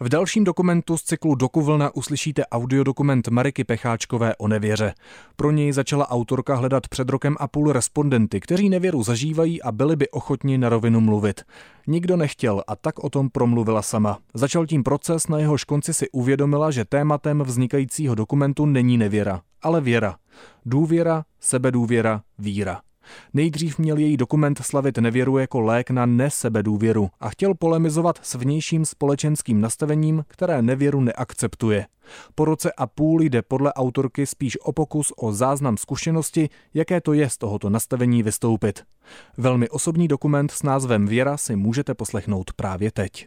V dalším dokumentu z cyklu Dokuvlna uslyšíte audiodokument Mariky Pecháčkové o nevěře. Pro něj začala autorka hledat před rokem a půl respondenty, kteří nevěru zažívají a byli by ochotni na rovinu mluvit. Nikdo nechtěl a tak o tom promluvila sama. Začal tím proces, na jehož konci si uvědomila, že tématem vznikajícího dokumentu není nevěra, ale věra. Důvěra, sebedůvěra, víra. Nejdřív měl její dokument slavit nevěru jako lék na nesebedůvěru a chtěl polemizovat s vnějším společenským nastavením, které nevěru neakceptuje. Po roce a půl jde podle autorky spíš o pokus o záznam zkušenosti, jaké to je z tohoto nastavení vystoupit. Velmi osobní dokument s názvem Věra si můžete poslechnout právě teď.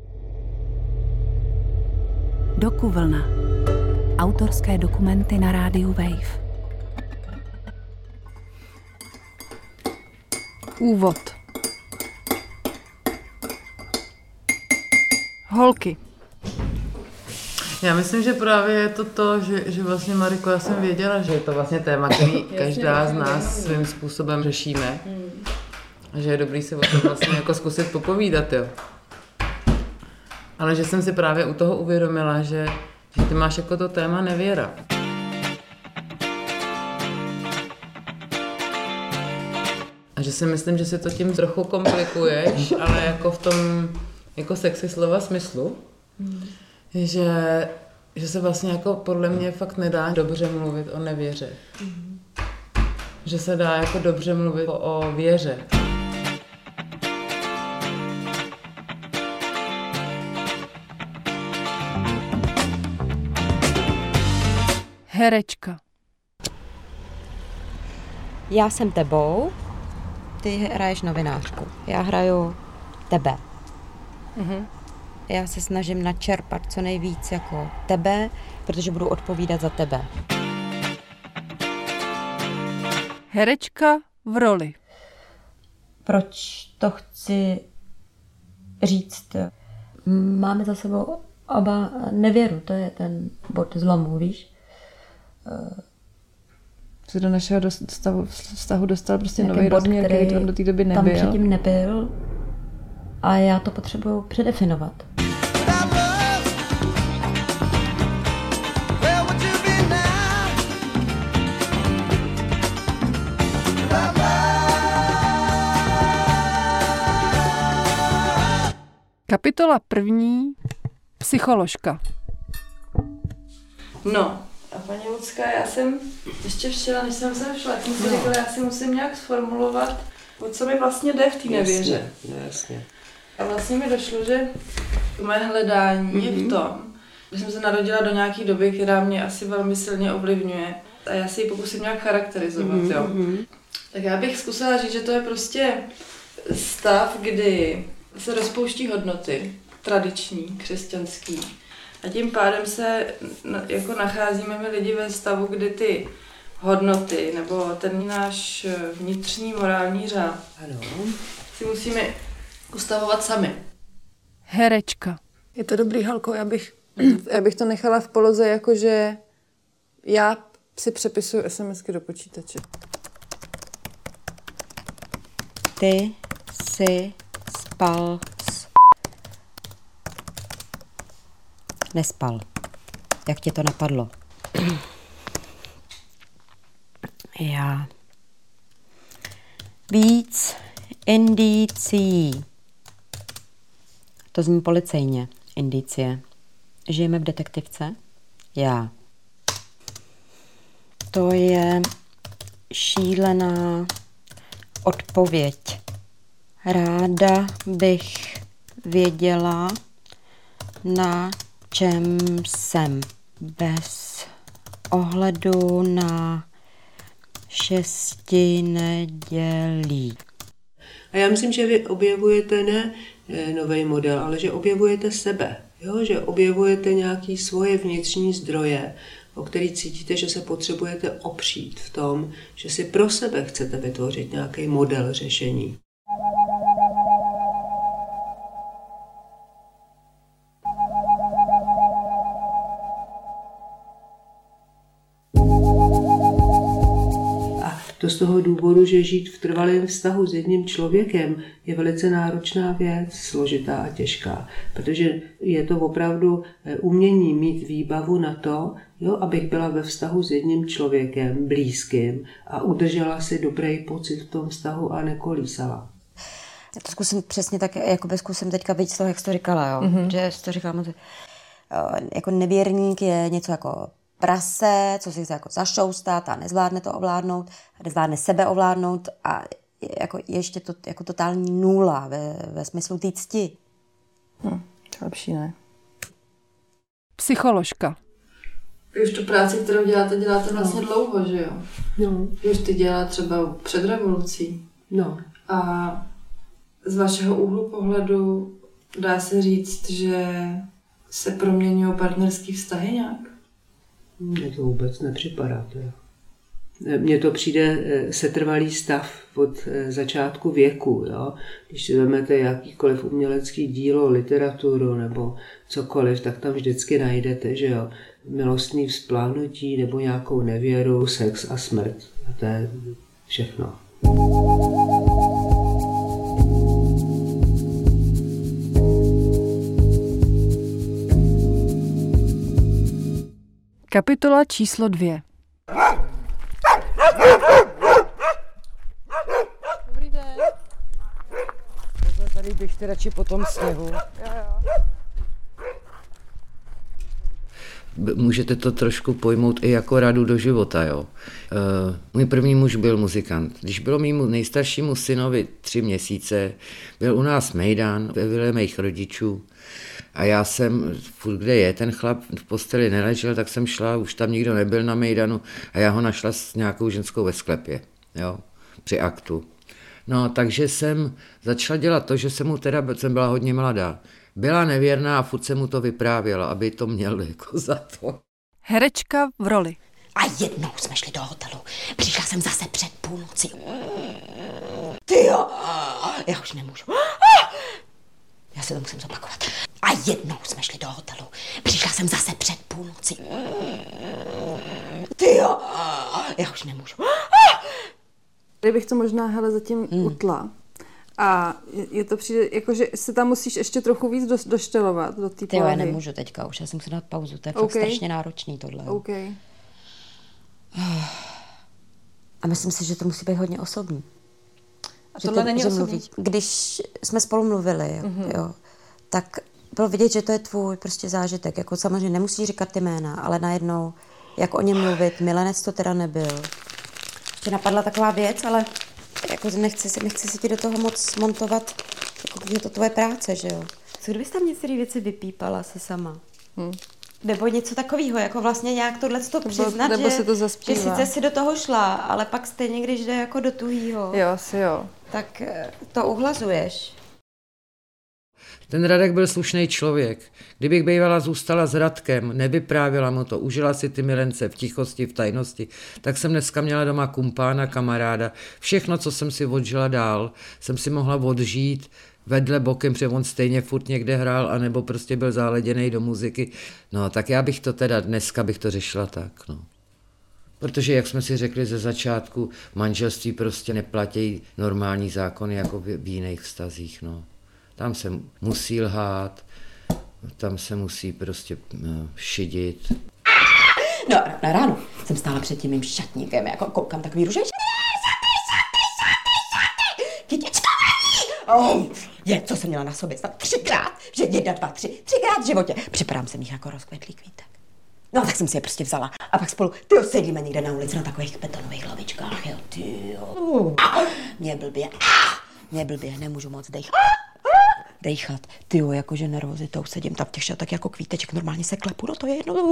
Dokuvlna. Autorské dokumenty na rádiu Wave. Úvod. Holky. Já myslím, že právě je to, že vlastně, Mariko, já jsem věděla, že je to vlastně téma, který každá z nás svým způsobem řešíme. A že je dobrý si o tom vlastně jako zkusit popovídat, jo. Ale že jsem si právě u toho uvědomila, že ty máš jako to téma nevěra. A že si myslím, že si to tím trochu komplikuješ, ale jako v tom jako sexy slova smyslu, že se vlastně jako podle mě fakt nedá dobře mluvit o nevěře. Že se dá jako dobře mluvit o věře. Herečka. Já jsem tebou, ty hraješ novinářku. Já hraju tebe. Já se snažím načerpat co nejvíc jako tebe, protože budu odpovídat za tebe. Herečka v roli. Proč to chci říct? Máme za sebou oba nevěru, to je ten bod zlomu, víš? Se do našeho vztahu dostal prostě nový rozměr, který tam do té doby nebyl. Tam předtím nebyl a já to potřebuju předefinovat. Kapitola 1. Psycholožka. No, a paní Lucka, já jsem ještě včera, než jsem sem šla, jsem si říkala, já si musím nějak sformulovat, o co mi vlastně jde v té nevěře. Jasně. A vlastně mi došlo, že moje hledání je v tom, že jsem se narodila do nějaké doby, která mě asi velmi silně ovlivňuje a já si ji pokusím nějak charakterizovat, jo. Tak já bych zkusila říct, že to je prostě stav, kdy se rozpouští hodnoty, tradiční, křesťanský. A tím pádem se jako nacházíme my lidi ve stavu, kdy ty hodnoty nebo ten náš vnitřní morální řád si musíme ustavovat sami. Herečka. Je to dobrý, Halko, já bych to nechala v poloze, jakože já si přepisuju SMSky do počítače. Ty jsi spal nespal. Jak tě to napadlo? Já. Víc indicí. To zní policejně. Indicie. Žijeme v detektivce? Já. To je šílená odpověď. Ráda bych věděla, na čem jsem, bez ohledu na 6 nedělí. A já myslím, že vy objevujete ne nový model, ale že objevujete sebe. Jo? Že objevujete nějaké svoje vnitřní zdroje, o který cítíte, že se potřebujete opřít v tom, že si pro sebe chcete vytvořit nějaký model řešení. toho důvodu, že žít v trvalém vztahu s jedním člověkem je velice náročná věc, složitá a těžká, protože je to opravdu umění mít výbavu na to, jo, abych byla ve vztahu s jedním člověkem blízkým a udržela si dobrý pocit v tom vztahu a nekolísala. Já to zkusím přesně tak, jakoby zkusím teďka být z toho, jak jsi to říkala, jo. Že jsi to říkala moc, jako nevěrník je něco jako prase, co si chce jako zašoustat a nezvládne to ovládnout, nezvládne sebe ovládnout a jako ještě to jako totální nula ve smyslu té cti. To lepší ne. Psycholožka. Už tu práci, kterou děláte vlastně dlouho, že jo? No. Už ty dělá třeba před revolucí. No. A z vašeho úhlu pohledu dá se říct, že se proměňují partnerský vztahy nějak? Mně to vůbec nepřipadá. Mně to přijde setrvalý stav od začátku věku. Jo? Když si vezmete jakýkoliv umělecký dílo, literaturu nebo cokoliv, tak tam vždycky najdete, že jo, milostný vzplanutí nebo nějakou nevěru, sex a smrt. A to je všechno. Kapitola číslo 2. Dobrý den. Tady běžte radši po tom sněhu. Můžete to trošku pojmout i jako radu do života, jo. Můj první muž byl muzikant. Když bylo mému nejstaršímu synovi 3 měsíce, byl u nás mejdan ve vile mých rodičů a já jsem, furt kde je, ten chlap v posteli neležel, tak jsem šla, už tam nikdo nebyl na mejdanu a já ho našla s nějakou ženskou ve sklepě, jo, při aktu. No, takže jsem začala dělat to, že jsem byla hodně mladá. Byla nevěrná a furt se mu to vyprávěla, aby to měl jako za to. Herečka v roli. A jednou jsme šli do hotelu. Přišla jsem zase před půlnocí. Tyjo, já už nemůžu. Já si to musím zopakovat. A jednou jsme šli do hotelu. Přišla jsem zase před půlnocí. Tyjo, já už nemůžu. Kdybych to možná hele zatím utla. A je to přijde, jako že se tam musíš ještě trochu víc doštelovat do té polohy. Já nemůžu teďka už, já si musím dát pauzu, to je fakt strašně náročný tohle. Okay. A myslím si, že to musí být hodně osobní. A tohle není osobní? Když jsme spolu mluvili, jo, tak bylo vidět, že to je tvůj prostě zážitek. Jako samozřejmě nemusíš říkat ty jména, ale najednou, jak o něm mluvit, milenec to teda nebyl. Že napadla taková věc, ale jako nechci si ti do toho moc montovat, jako je to tvoje práce, že jo. Co kdybys tam některé věci vypípala se sama? Nebo něco takového, jako vlastně nějak tohleto přiznat, nebo se to že sice si do toho šla, ale pak stejně, když jde jako do tuhýho, jo, asi jo, tak to uhlazuješ. Ten Radek byl slušný člověk. Kdybych bývala zůstala s Radkem, nevyprávěla mu to, užila si ty milence v tichosti, v tajnosti, tak jsem dneska měla doma kumpána, kamaráda. Všechno, co jsem si odžila dál, jsem si mohla odžít vedle bokem, protože on stejně furt někde hrál, anebo prostě byl záleděnej do muziky. No, tak já bych to teda, dneska bych to řešila tak, no. Protože, jak jsme si řekli ze začátku, manželství prostě neplatí normální zákony jako v jiných vztazích, no. Tam se musí lhát, tam se musí prostě šidit. No, na ráno jsem stála před tím mým šatníkem, jako koukám takový růže. Šaty! Kytička! Je, co jsem měla na sobě? Snad 3krát, že 1, 2, 3, 3krát v životě. Připadám se jich jako rozkvetlý kvítek. No, tak jsem si je prostě vzala a pak spolu, sedíme někde na ulici na takových betonových hlavičkách, jo, tyjo. Mě blbě, nemůžu moc dejchat. Tyjo, jakože nervozitou sedím tam v těch šatech jako kvíteček, normálně se klepu, no to je jedno.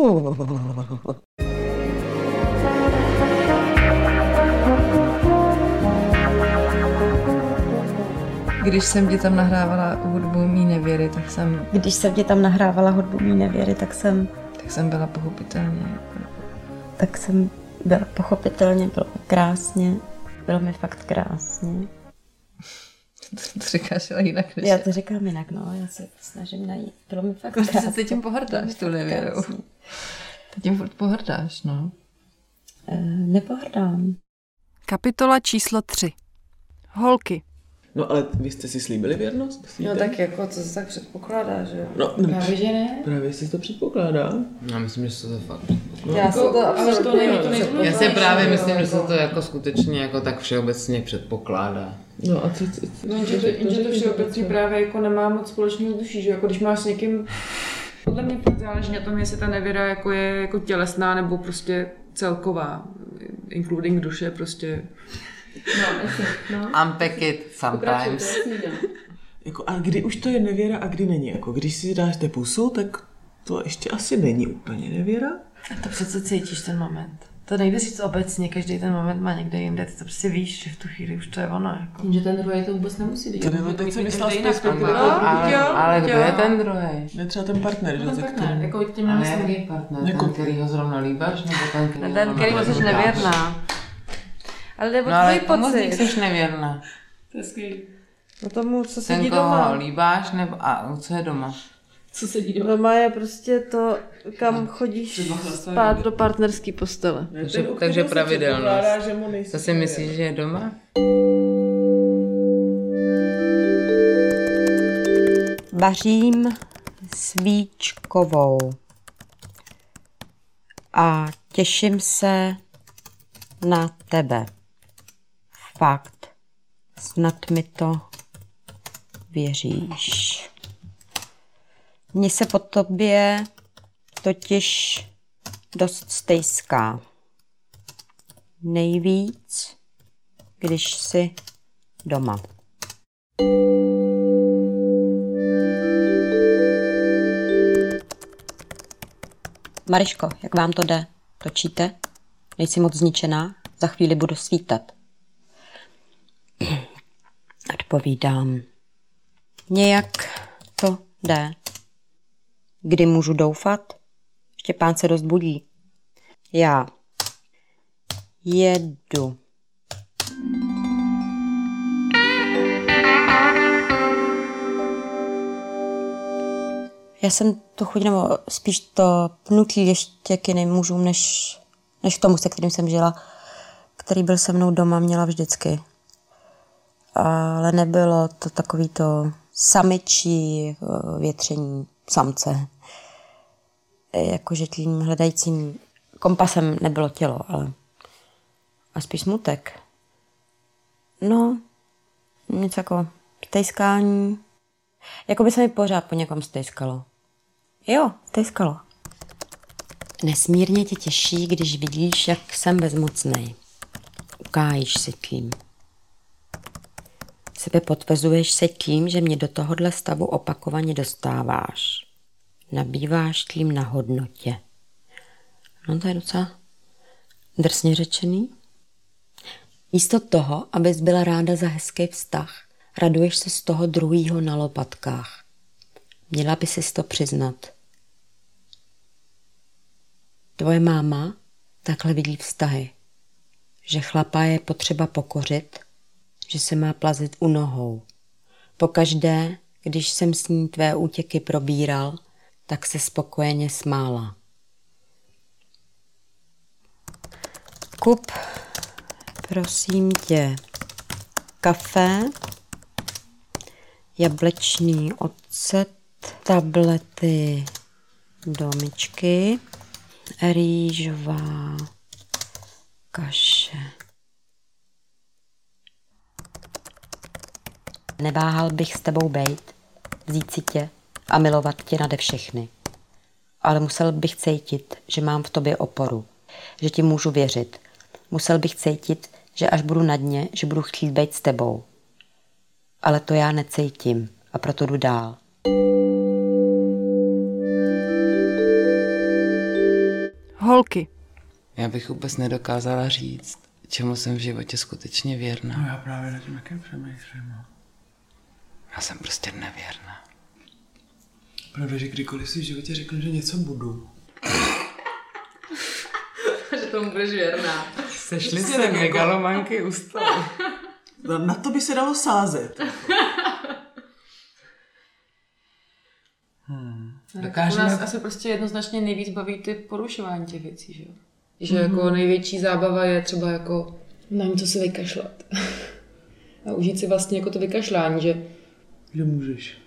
Když jsem ti tam nahrávala hudbu mý nevěry, tak jsem... Když jsem ti tam nahrávala hudbu mý nevěry, tak jsem byla pochopitelně. Tak jsem byla pochopitelně, bylo krásně, bylo mi fakt krásně. To říkáš ale jinak. Já to říkám jinak, no, já se snažím najít. Bylo mi fakt krásně. Ty tím pohrdáš tu nevěrou. Ty tím furt pohrdáš, no. Nepohrdám. Kapitola číslo 3. Holky. No ale vy jste si slíbili věrnost? Myslíte? No tak jako, co se tak předpokládá, že jo? No, právě, že ne? Právě si to předpokládá. Já myslím, že se to fakt Já se to absolutně Já si právě myslím, že se to jako skutečně jako tak všeobecně předpokládá. No a co? Jenže to všeobecně právě jako nemá moc společného duší, že jako když máš s někým... Podle mě fakt záleží na tom, jestli ta nevěra jako je jako tělesná nebo prostě celková. Including duše prostě. No. Unpack it sometimes. Jako, a kdy už to je nevěra a kdy není? Jako, když si dáš pusu, tak to ještě asi není úplně nevěra. A to přece cítíš ten moment. To nejde říct obecně, každý ten moment má někde jinde, ty to prostě víš, že v tu chvíli už to je ono. Jako. Že ten druhý to vůbec nemusí být. Teď jsem myslela ale kdo je ten druhý? Je třeba ten partner, že? Jako tím ale jaký partner? Jako... Ten, který ho zrovna líbáš, nebo ten, který ho jsi nevěrná. Ale nebo tvůj pocit. Jsi nevěrná. To je skvělý. No tomu, co sedí doma. Ten, koho líbáš, nebo a co je doma? Co sedí doma? Doma je prostě to, kam chodíš spát do partnerský postele. Takže pravidelnost. To si myslíš, že je doma? Vařím svíčkovou a těším se na tebe. Fakt, snad mi to věříš. Mně se po tobě totiž dost stejská. Nejvíc, když jsi doma. Mariško, jak vám to jde? Točíte? Nejsi moc zničená? Za chvíli budu svítat. Odpovídám. Nějak to jde. Kdy můžu doufat? Štěpán se dost budí. Já jedu. Já jsem to chuť, nebo spíš to pnutí ještě k jiným mužům, než k tomu, se kterým jsem žila, který byl se mnou doma, měla vždycky. Ale nebylo to takový to samičí větření samce. Jakože tím hledajícím kompasem nebylo tělo, ale a spíš smutek. No, něco jako stejskání. Jako by se mi pořád po někom stejskalo. Jo, stejskalo. Nesmírně tě těší, když vidíš, jak jsem bezmocnej. Ukájíš se tím. Sebe potvrzuješ se tím, že mě do tohohle stavu opakovaně dostáváš. Nabýváš tím na hodnotě. No to je docela drsně řečený. Místo toho, abys byla ráda za hezký vztah, raduješ se z toho druhýho na lopatkách. Měla by si to přiznat. Tvoje máma takhle vidí vztahy. Že chlapa je potřeba pokořit, že se má plazit u nohou. Pokaždé, když jsem s ní tvé útěky probíral, tak se spokojeně smála. Kup, prosím tě, kafe, jablečný ocet, tablety do myčky, rýžová kaše. Neváhal bych s tebou bejt, vzít si tě a milovat tě nade všechny. Ale musel bych cítit, že mám v tobě oporu, že ti můžu věřit. Musel bych cítit, že až budu na dně, že budu chtít být s tebou. Ale to já necítím a proto jdu dál. Holky. Já bych vůbec nedokázala říct, čemu jsem v životě skutečně věrná. No já právě na tím jakým přemýšlím. Já jsem prostě nevěrná. Pravda, že kdykoliv si v životě řeknu, že něco budu. Že tomu budeš věrná. Sešli se megalomanky u stolu. Na to by se dalo sázet. U nás asi prostě jednoznačně nejvíc baví ty porušování těch věcí, že jo? Že jako největší zábava je třeba jako Na něco si vykašlat. A užít si vlastně jako to vykašlání, že můžeš.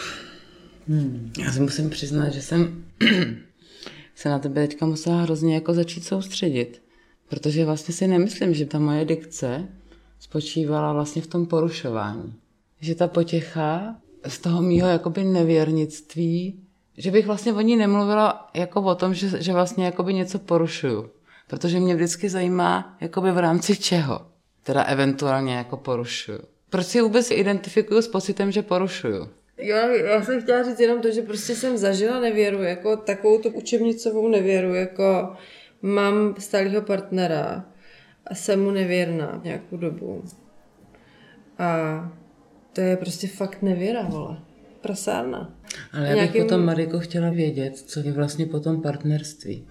Já si musím přiznat, že jsem se na tebe teďka musela hrozně jako začít soustředit. Protože vlastně si nemyslím, že ta moje dikce spočívala vlastně v tom porušování. Že ta potěcha z toho mýho jakoby nevěrnictví, že bych vlastně o ní nemluvila jako o tom, že vlastně jakoby něco porušuju. Protože mě vždycky zajímá, jakoby v rámci čeho teda eventuálně jako porušuju. Proč si vůbec identifikuju s pocitem, že porušuju? Jo, já jsem chtěla říct jenom to, že prostě jsem zažila nevěru, jako takovou tu učebnicovou nevěru, jako mám stálého partnera a jsem mu nevěrná nějakou dobu. A to je prostě fakt nevěra, vole. Prasárna. Ale já bych potom, Mariko, chtěla vědět, co je vlastně potom partnerství.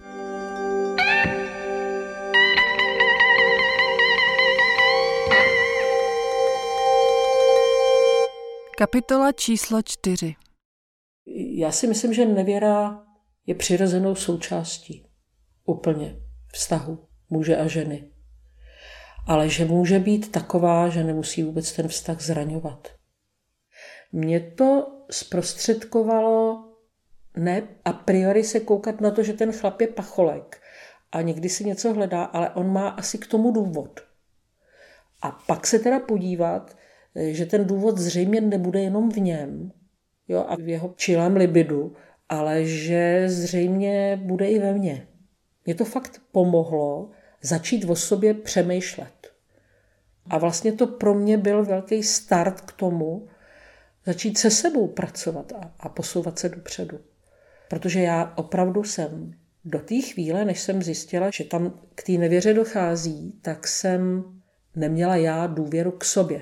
Kapitola číslo 4. Já si myslím, že nevěra je přirozenou součástí úplně vztahu muže a ženy. Ale že může být taková, že nemusí vůbec ten vztah zraňovat. Mě to zprostředkovalo ne a priori se koukat na to, že ten chlap je pacholek a někdy si něco hledá, ale on má asi k tomu důvod. A pak se teda podívat, že ten důvod zřejmě nebude jenom v něm, jo, a v jeho čilém libidu, ale že zřejmě bude i ve mně. Mně to fakt pomohlo začít o sobě přemýšlet. A vlastně to pro mě byl velký start k tomu, začít se sebou pracovat a posouvat se dopředu. Protože já opravdu jsem do té chvíle, než jsem zjistila, že tam k té nevěře dochází, tak jsem neměla já důvěru k sobě.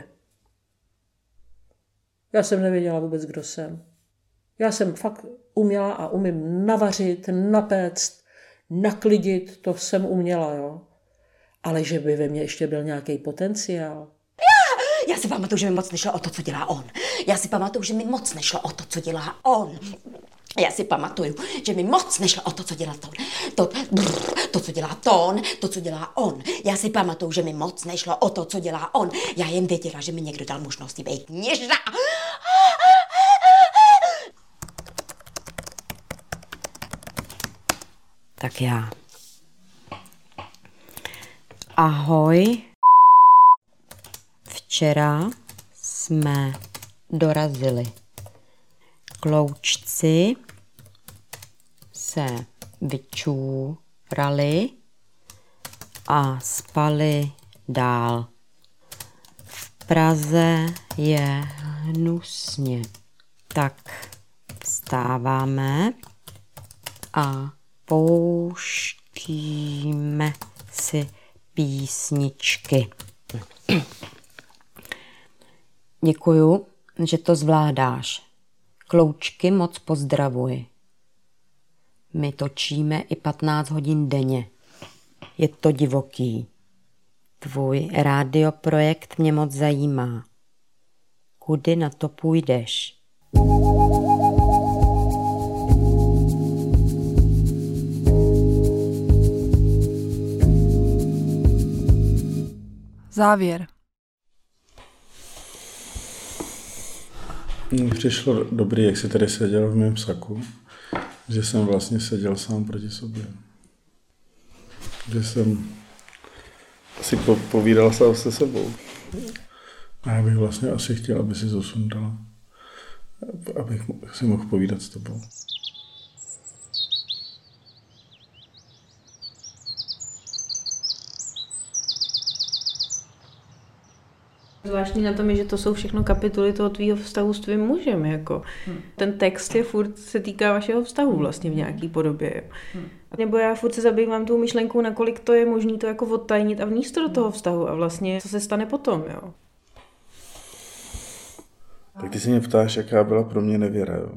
Já jsem nevěděla vůbec, kdo jsem. Já jsem fakt uměla a umím navařit, napéct, naklidit, to jsem uměla, jo. Ale že by ve mně ještě byl nějaký potenciál. Já si pamatuju, že mi moc nešlo o to, co dělá on. Já si pamatuju, že mi moc nešlo o to, co dělá on. Já si pamatuju, že mi moc nešlo o to, co dělá to, co dělá Tón, to, co dělá on. Já si pamatuju, že mi moc nešlo o to, co dělá on. Já jen věděla, že mi někdo dal možnost být něžná. Tak já. Ahoj. Včera jsme dorazili. Kloučci se vyčůrali a spali dál. V Praze je hnusně, tak vstáváme a pouštíme si písničky. Děkuju, že to zvládáš. Kloučky moc pozdravuji. My točíme i 15 hodin denně. Je to divoký. Tvůj rádioprojekt mě moc zajímá. Kudy na to půjdeš? Závěr. Mně přišlo dobrý, jak jsi tady seděl v mém saku, že jsem vlastně seděl sám proti sobě. Že jsem si povídal sám se sebou. A já bych vlastně asi chtěl, aby si zosundala, abych si mohl povídat s tebou. Zvláštní na tom je, že to jsou všechno kapitoly toho tvýho vztahu s tvým mužem. Jako. Ten text je furt se týká vašeho vztahu vlastně v nějaký podobě. Nebo já furt se zabývám tou myšlenkou, nakolik to je možné to jako odtajnit a vníst to do toho vztahu a vlastně co se stane potom. Jo. Tak ty si mě ptáš, jaká byla pro mě nevěra. Jo?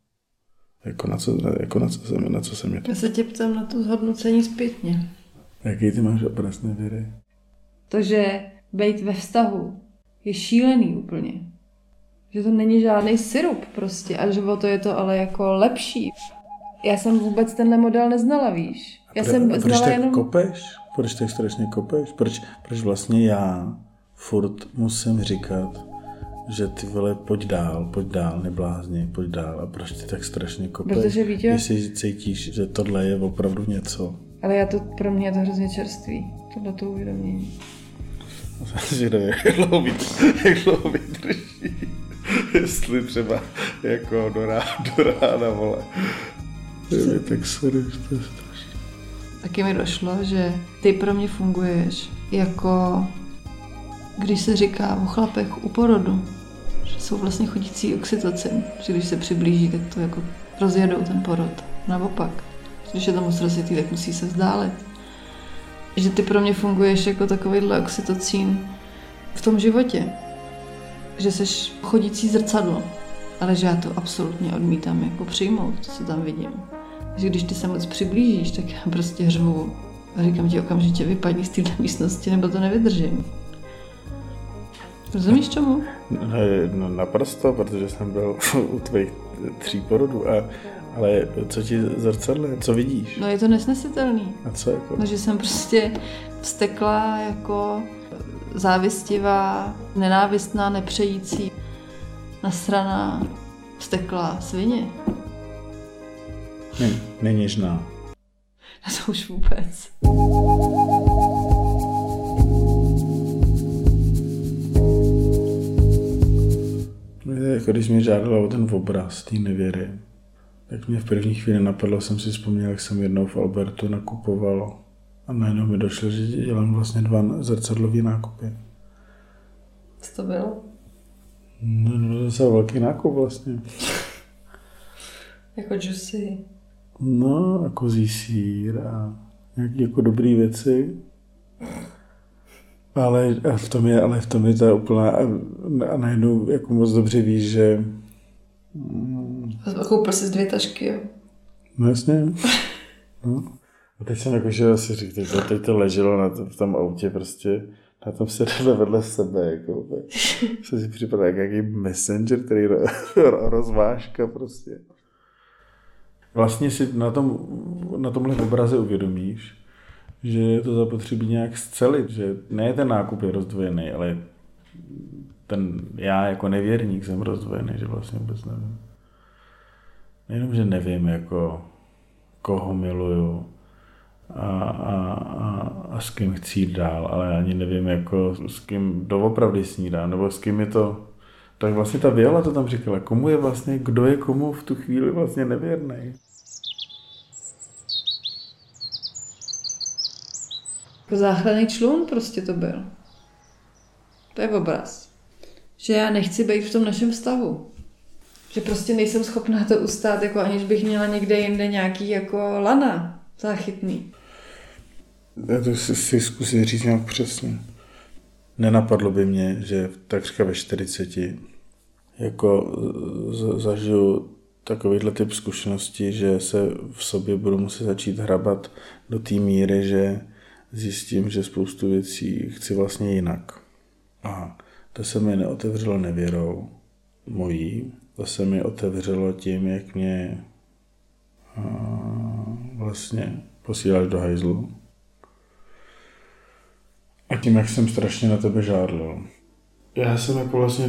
Na co se mě Já se tě ptám na to zhodnocení zpětně. Jaký ty máš obraz nevěry? To, že být ve vztahu je šílený úplně. Že to není žádný sirup prostě a že o to je to ale jako lepší. Já jsem vůbec tenhle model neznala, víš. Já jsem proč znala tak jenom... kopeš? Proč tak strašně kopeš? Proč vlastně já furt musím říkat, že ty vole, pojď dál, neblázni, pojď dál. A proč ty tak strašně kopeš? Protože víte, jestli cítíš, že tohle je opravdu něco. Ale pro mě je to hrozně čerstvý, tohleto uvědomění. Že nevím, jak dlouho vydrží. Jestli třeba jako do rána, vole. Je tak sorry, to je strašné. Taky mi došlo, že ty pro mě funguješ jako, když se říká o chlapech u porodu, že jsou vlastně chodící oxytocin, že když se přiblíží, tak to jako rozjedou ten porod. Naopak, když je to moc rozjetý, tak musí se vzdálit. Že ty pro mě funguješ jako takovýhle oxytocín v tom životě. Že jsi chodící zrcadlo, ale že já to absolutně odmítám jako přijmout, co tam vidím. Že když ty se moc přiblížíš, tak já prostě řvu a říkám ti okamžitě vypadni z této místnosti, nebo to nevydržím. Rozumíš čemu? No, naprosto, protože jsem byl u tvých 3 porodů, ale co ti zrcadle, co vidíš? No je to nesnesitelný. A co jako? No, že jsem prostě vzteklá jako závistivá, nenávistná, nepřející, nasraná, vzteklá svině. Neněžná. No to už vůbec. Jako když mě žádala o ten obraz té nevěry, tak mě v první chvíli napadlo, jsem si vzpomněl, jak jsem jednou v Albertu nakupoval a najednou mi došlo, že dělám vlastně 2 zrcadlový nákupy. Co to bylo? No, to byl docela velký nákup vlastně. Jako džusy. No, a kozí sýr a nějaké jako dobré věci. Ale v tom je ta úplná a najednou jako moc dobře víš, že... Koupil jsi 2 tašky, jo? No jasně. No. A teď jsem jakože asi říkal, teď to leželo v tom autě prostě, na tom sedeme vedle sebe, jako, tak se si připadá jak nějaký messenger, který rozvážka prostě. Vlastně si na tomhle obraze uvědomíš, že je to zapotřebí nějak scelit, že ne ten nákup je rozdvojený, ale ten já jako nevěrník jsem rozdvojený, že vlastně vůbec nevím. Nejenom, že nevím, jako koho miluju a s kým chci jít dál, ale ani nevím, jako s kým doopravdy snídám, nebo s kým je to... Tak vlastně ta Viola to tam říkala, komu je vlastně, kdo je komu v tu chvíli vlastně nevěrný. Záchranný člun prostě to byl. To je obraz. Že já nechci být v tom našem vztahu. Že prostě nejsem schopná to ustát, jako aniž bych měla někde jinde nějaký jako lana záchytný. Já to si zkusím říct nějak přesně. Nenapadlo by mě, že takřka ve 40 jako zažiju takovýhle typ zkušenosti, že se v sobě budu muset začít hrabat do té míry, že zjistím, že spoustu věcí chci vlastně jinak. A to se mi neotevřelo nevěrou mojí, to se mi otevřelo tím, jak mě vlastně posíláš do hajzlu. A tím, jak jsem strašně na tebe žádlil. Já jsem jako vlastně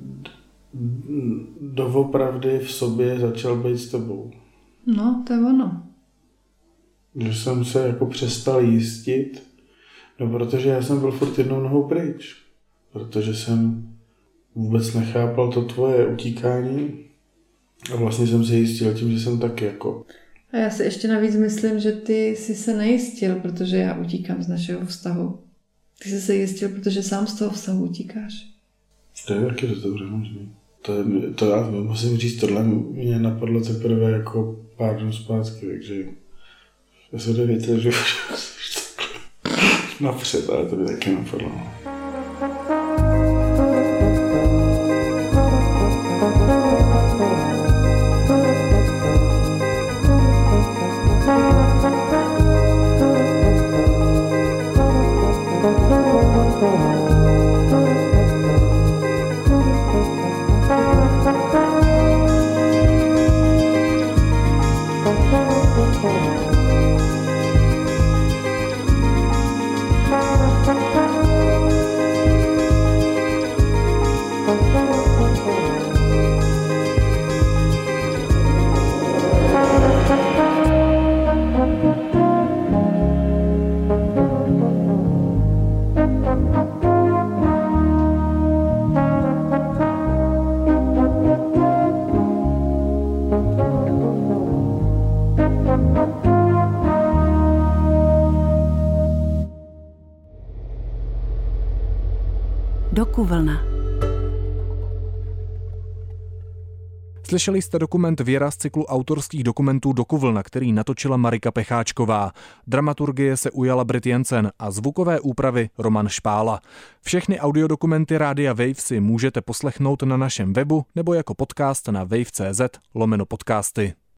doopravdy v sobě začal být s tebou. No, to je ono. Že jsem se jako přestal jistit, no protože já jsem byl furt jednou nohou pryč. Protože jsem vůbec nechápal to tvoje utíkání a vlastně jsem se jistil tím, že jsem tak jako... A já si ještě navíc myslím, že ty jsi se nejistil, protože já utíkám z našeho vztahu. Ty jsi se jistil, protože sám z toho vztahu utíkáš. To je taky dobře možný. To já musím říct, tohle mě napadlo teprve jako pár dnů zpátky, takže já se to věděl, že napřed, ale to by taky napadlo. Dokuvlna. Slyšeli jste dokument Věra z cyklu autorských dokumentů Dokuvlna, který natočila Marika Pecháčková. Dramaturgie se ujala Brit Jensen a zvukové úpravy Roman Špála. Všechny audiodokumenty Rádia Wave si můžete poslechnout na našem webu nebo jako podcast na wave.cz/podcasty.